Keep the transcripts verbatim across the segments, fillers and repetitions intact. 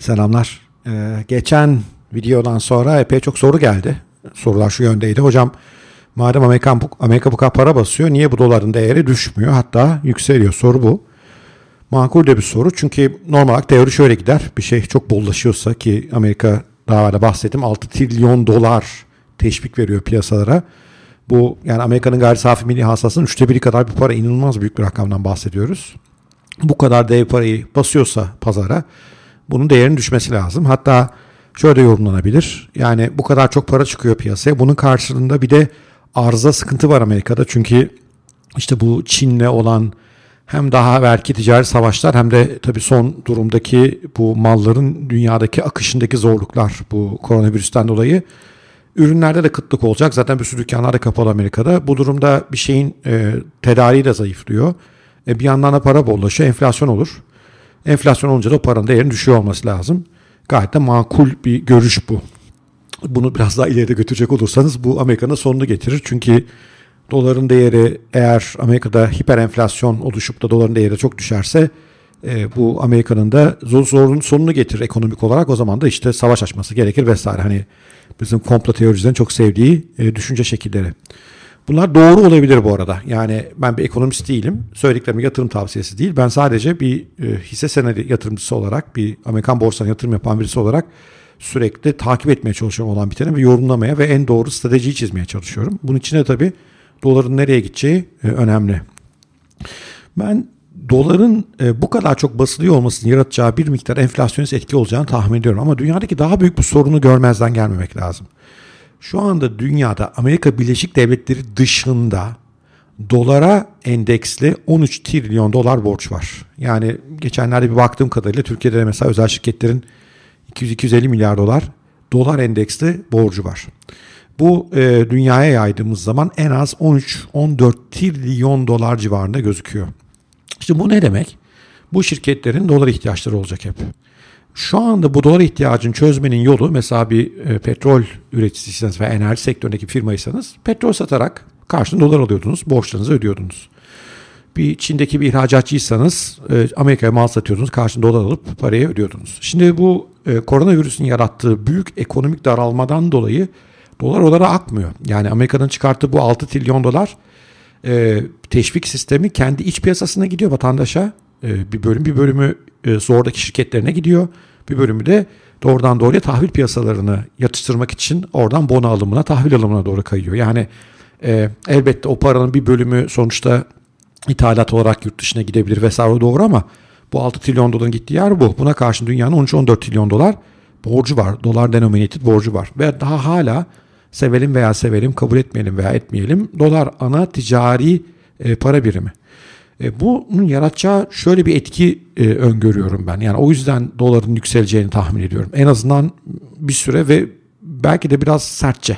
Selamlar. Ee, geçen videodan sonra epey çok soru geldi. Sorular şu yöndeydi. Hocam madem Amerika, Amerika bu kadar para basıyor, niye bu doların değeri düşmüyor? Hatta yükseliyor. Soru bu. Makul de bir soru. Çünkü normal olarak teori şöyle gider. Bir şey çok bollaşıyorsa, ki Amerika daha evvel bahsettim, altı trilyon dolar teşvik veriyor piyasalara. Bu yani Amerika'nın gayri safi milli hasılasının üçte biri kadar bir para, inanılmaz büyük bir rakamdan bahsediyoruz. Bu kadar dev parayı basıyorsa pazara, bunun değerinin düşmesi lazım. Hatta şöyle yorumlanabilir. Yani bu kadar çok para çıkıyor piyasaya. Bunun karşılığında bir de arıza sıkıntı var Amerika'da. Çünkü işte bu Çin'le olan hem daha evvelki ticari savaşlar hem de tabii son durumdaki bu malların dünyadaki akışındaki zorluklar, bu koronavirüsten dolayı ürünlerde de kıtlık olacak. Zaten bir sürü dükkanlar da kapalı Amerika'da. Bu durumda bir şeyin e, tedariği de zayıflıyor. E, bir yandan da para bollaşıyor. Enflasyon olur. Enflasyon olunca da o paranın değerinin düşüyor olması lazım. Gayet de makul bir görüş bu. Bunu biraz daha ileride götürecek olursanız bu Amerika'nın sonunu getirir. Çünkü doların değeri, eğer Amerika'da hiper enflasyon oluşup da doların değeri çok düşerse e, bu Amerika'nın da zor zorun sonunu getirir ekonomik olarak. O zaman da işte savaş açması gerekir vesaire. Hani bizim komplo teoricilerin çok sevdiği e, düşünce şekilleri. Bunlar doğru olabilir bu arada. Yani ben bir ekonomist değilim. Söylediklerim yatırım tavsiyesi değil. Ben sadece bir e, hisse senedi yatırımcısı olarak, bir Amerikan borsasına yatırım yapan birisi olarak sürekli takip etmeye çalışıyorum olan biteni ve yorumlamaya ve en doğru stratejiyi çizmeye çalışıyorum. Bunun için de tabii doların nereye gideceği e, önemli. Ben doların e, bu kadar çok basılıyor olmasının yaratacağı bir miktar enflasyonist etki olacağını tahmin ediyorum. Ama dünyadaki daha büyük bir sorunu görmezden gelmemek lazım. Şu anda dünyada Amerika Birleşik Devletleri dışında dolara endeksli on üç trilyon dolar borç var. Yani geçenlerde bir baktığım kadarıyla Türkiye'de mesela özel şirketlerin iki yüz iki yüz elli milyar dolar dolar endeksli borcu var. Bu e, dünyaya yaydığımız zaman en az on üç on dört trilyon dolar civarında gözüküyor. İşte bu ne demek? Bu şirketlerin dolar ihtiyaçları olacak hep. Şu anda bu dolar ihtiyacını çözmenin yolu, mesela bir e, petrol üreticisiniz ve enerji sektöründeki firmaysanız petrol satarak karşılığında dolar alıyordunuz, borçlarınızı ödüyordunuz. Bir Çin'deki bir ihracatçıysanız e, Amerika'ya mal satıyordunuz, karşılığında dolar alıp parayı ödüyordunuz. Şimdi bu e, koronavirüsün yarattığı büyük ekonomik daralmadan dolayı dolar oralara akmıyor. Yani Amerika'nın çıkarttığı bu altı trilyon dolar e, teşvik sistemi kendi iç piyasasına gidiyor vatandaşa. E, bir bölüm bir bölümü e, oradaki şirketlerine gidiyor. Bir bölümü de doğrudan doğruya tahvil piyasalarını yatıştırmak için oradan bono alımına, tahvil alımına doğru kayıyor. Yani e, elbette o paranın bir bölümü sonuçta ithalat olarak yurt dışına gidebilir vesaire, doğru, ama bu altı trilyon doların gittiği yer bu. Buna karşın dünyanın on üç on dört trilyon dolar borcu var. Dolar denominated borcu var. Ve daha hala sevelim veya sevelim, kabul etmeyelim veya etmeyelim, dolar ana ticari e, para birimi. E, bunun yaratacağı şöyle bir etki e, öngörüyorum ben. Yani o yüzden doların yükseleceğini tahmin ediyorum. En azından bir süre ve belki de biraz sertçe.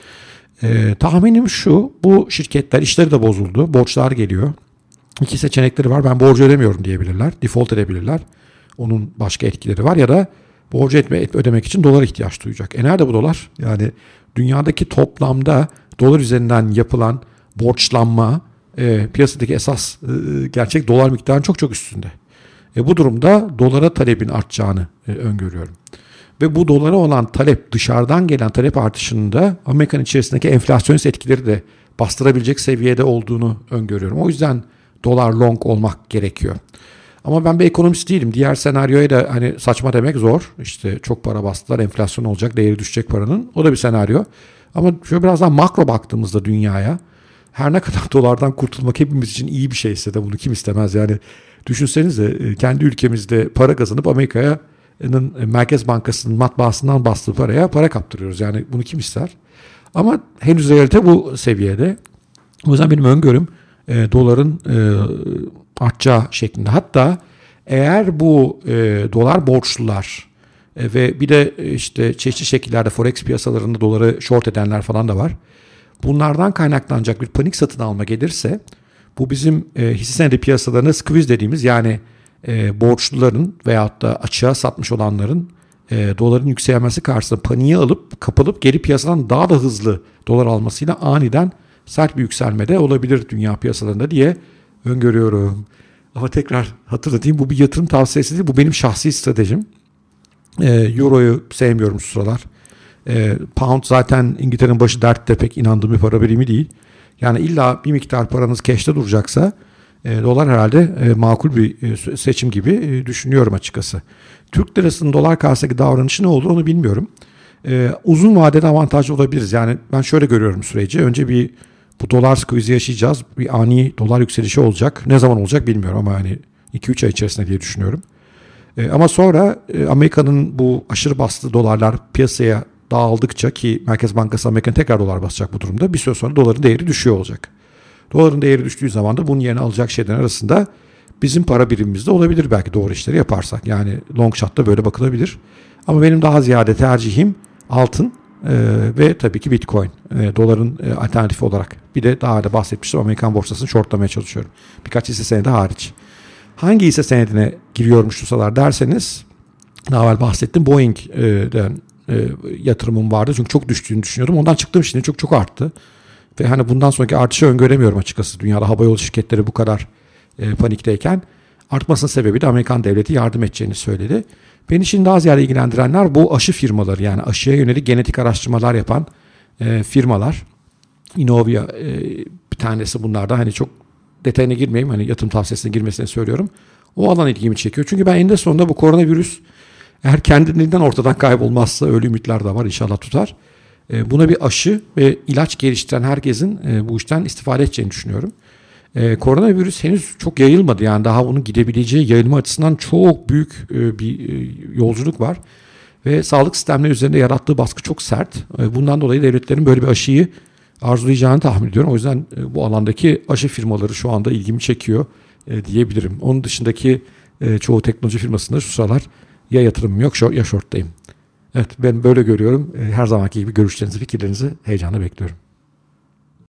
E, tahminim şu: bu şirketler işleri de bozuldu. Borçlar geliyor. İki seçenekleri var. Ben borcu ödemiyorum diyebilirler. Default edebilirler. Onun başka etkileri var. Ya da borcu etme, ödemek için dolar ihtiyaç duyacak. E nerede bu dolar? Yani dünyadaki toplamda dolar üzerinden yapılan borçlanma e, piyasadaki esas e, gerçek dolar miktarının çok çok üstünde. E, bu durumda dolara talebin artacağını e, öngörüyorum. Ve bu dolara olan talep, dışarıdan gelen talep artışının da Amerika'nın içerisindeki enflasyonist etkileri de bastırabilecek seviyede olduğunu öngörüyorum. O yüzden dolar long olmak gerekiyor. Ama ben bir ekonomist değilim. Diğer senaryoya da hani saçma demek zor. İşte çok para bastılar, enflasyon olacak, değeri düşecek paranın. O da bir senaryo. Ama şöyle biraz daha makro baktığımızda dünyaya, her ne kadar dolardan kurtulmak hepimiz için iyi bir şeyse de bunu kim istemez? Yani düşünsenize, kendi ülkemizde para kazanıp Amerika'nın Merkez Bankası'nın matbaasından bastığı paraya para kaptırıyoruz. Yani bunu kim ister? Ama henüz realite bu seviyede. O yüzden benim öngörüm e, doların e, artacağı şeklinde. Hatta eğer bu e, dolar borçlular e, ve bir de e, işte çeşitli şekillerde forex piyasalarında doları short edenler falan da var. Bunlardan kaynaklanacak bir panik satın alma gelirse, bu bizim e, hisse senedi piyasalarına squeeze dediğimiz, yani e, borçluların veyahut da açığa satmış olanların e, doların yükselmesi karşısında paniğe alıp kapılıp geri piyasadan daha da hızlı dolar almasıyla aniden sert bir yükselmede olabilir dünya piyasalarında diye öngörüyorum. Ama tekrar hatırlatayım, bu bir yatırım tavsiyesi değil, bu benim şahsi stratejim. E, Euro'yu sevmiyorum şu sıralar. E, Pound zaten İngiltere'nin başı dertte, pek inandığım bir para birimi değil. Yani illa bir miktar paranız cash'te duracaksa e, dolar herhalde e, makul bir e, seçim gibi e, düşünüyorum açıkçası. Türk lirasının dolar karşısındaki davranışı ne olur onu bilmiyorum. E, uzun vadede avantajlı olabiliriz. Yani ben şöyle görüyorum süreci. Önce bir bu dolar squeeze'i yaşayacağız. Bir ani dolar yükselişi olacak. Ne zaman olacak bilmiyorum ama hani iki üç ay içerisinde diye düşünüyorum. E, ama sonra e, Amerika'nın bu aşırı bastığı dolarlar piyasaya dağıldıkça, ki Merkez Bankası Amerika'nın tekrar dolar basacak bu durumda, bir süre sonra doların değeri düşüyor olacak. Doların değeri düştüğü zaman da bunun yerine alacak şeylerin arasında bizim para birimimizde olabilir belki, doğru işleri yaparsak. Yani long shot'ta böyle bakılabilir. Ama benim daha ziyade tercihim altın e, ve tabii ki Bitcoin. E, doların e, alternatifi olarak. Bir de daha da bahsetmiştim, Amerikan borsasını shortlamaya çalışıyorum. Birkaç hisse senedi hariç. Hangi hisse senedine giriyormuş tutsalar derseniz, daha evvel bahsettim, Boeing'den e, yatırımım vardı. Çünkü çok düştüğünü düşünüyordum. Ondan çıktım, şimdi çok çok arttı. Ve hani bundan sonraki artışı öngöremiyorum açıkçası. Dünyada havayolu şirketleri bu kadar e, panikteyken. Artmasının sebebi de Amerikan devleti yardım edeceğini söyledi. Beni şimdi daha ziyade ilgilendirenler bu aşı firmaları, yani aşıya yönelik genetik araştırmalar yapan e, firmalar. Inovia e, bir tanesi bunlardan, hani çok detayına girmeyeyim, hani yatırım tavsiyesine girmesini söylüyorum. O alan ilgimi çekiyor. Çünkü ben eninde sonunda bu koronavirüs eğer kendiliğinden ortadan kaybolmazsa, öyle ümitler de var, inşallah tutar. E, buna bir aşı ve ilaç geliştiren herkesin e, bu işten istifade edeceğini düşünüyorum. E, koronavirüs henüz çok yayılmadı. Yani daha bunun gidebileceği, yayılma açısından çok büyük e, bir e, yolculuk var. Ve sağlık sistemleri üzerinde yarattığı baskı çok sert. E, bundan dolayı devletlerin böyle bir aşıyı arzulayacağını tahmin ediyorum. O yüzden e, bu alandaki aşı firmaları şu anda ilgimi çekiyor e, diyebilirim. Onun dışındaki e, çoğu teknoloji firmasında şu sıralar ya yatırımım yok ya short'tayım. Evet, ben böyle görüyorum. E, her zamanki gibi görüşlerinizi, fikirlerinizi heyecanla bekliyorum.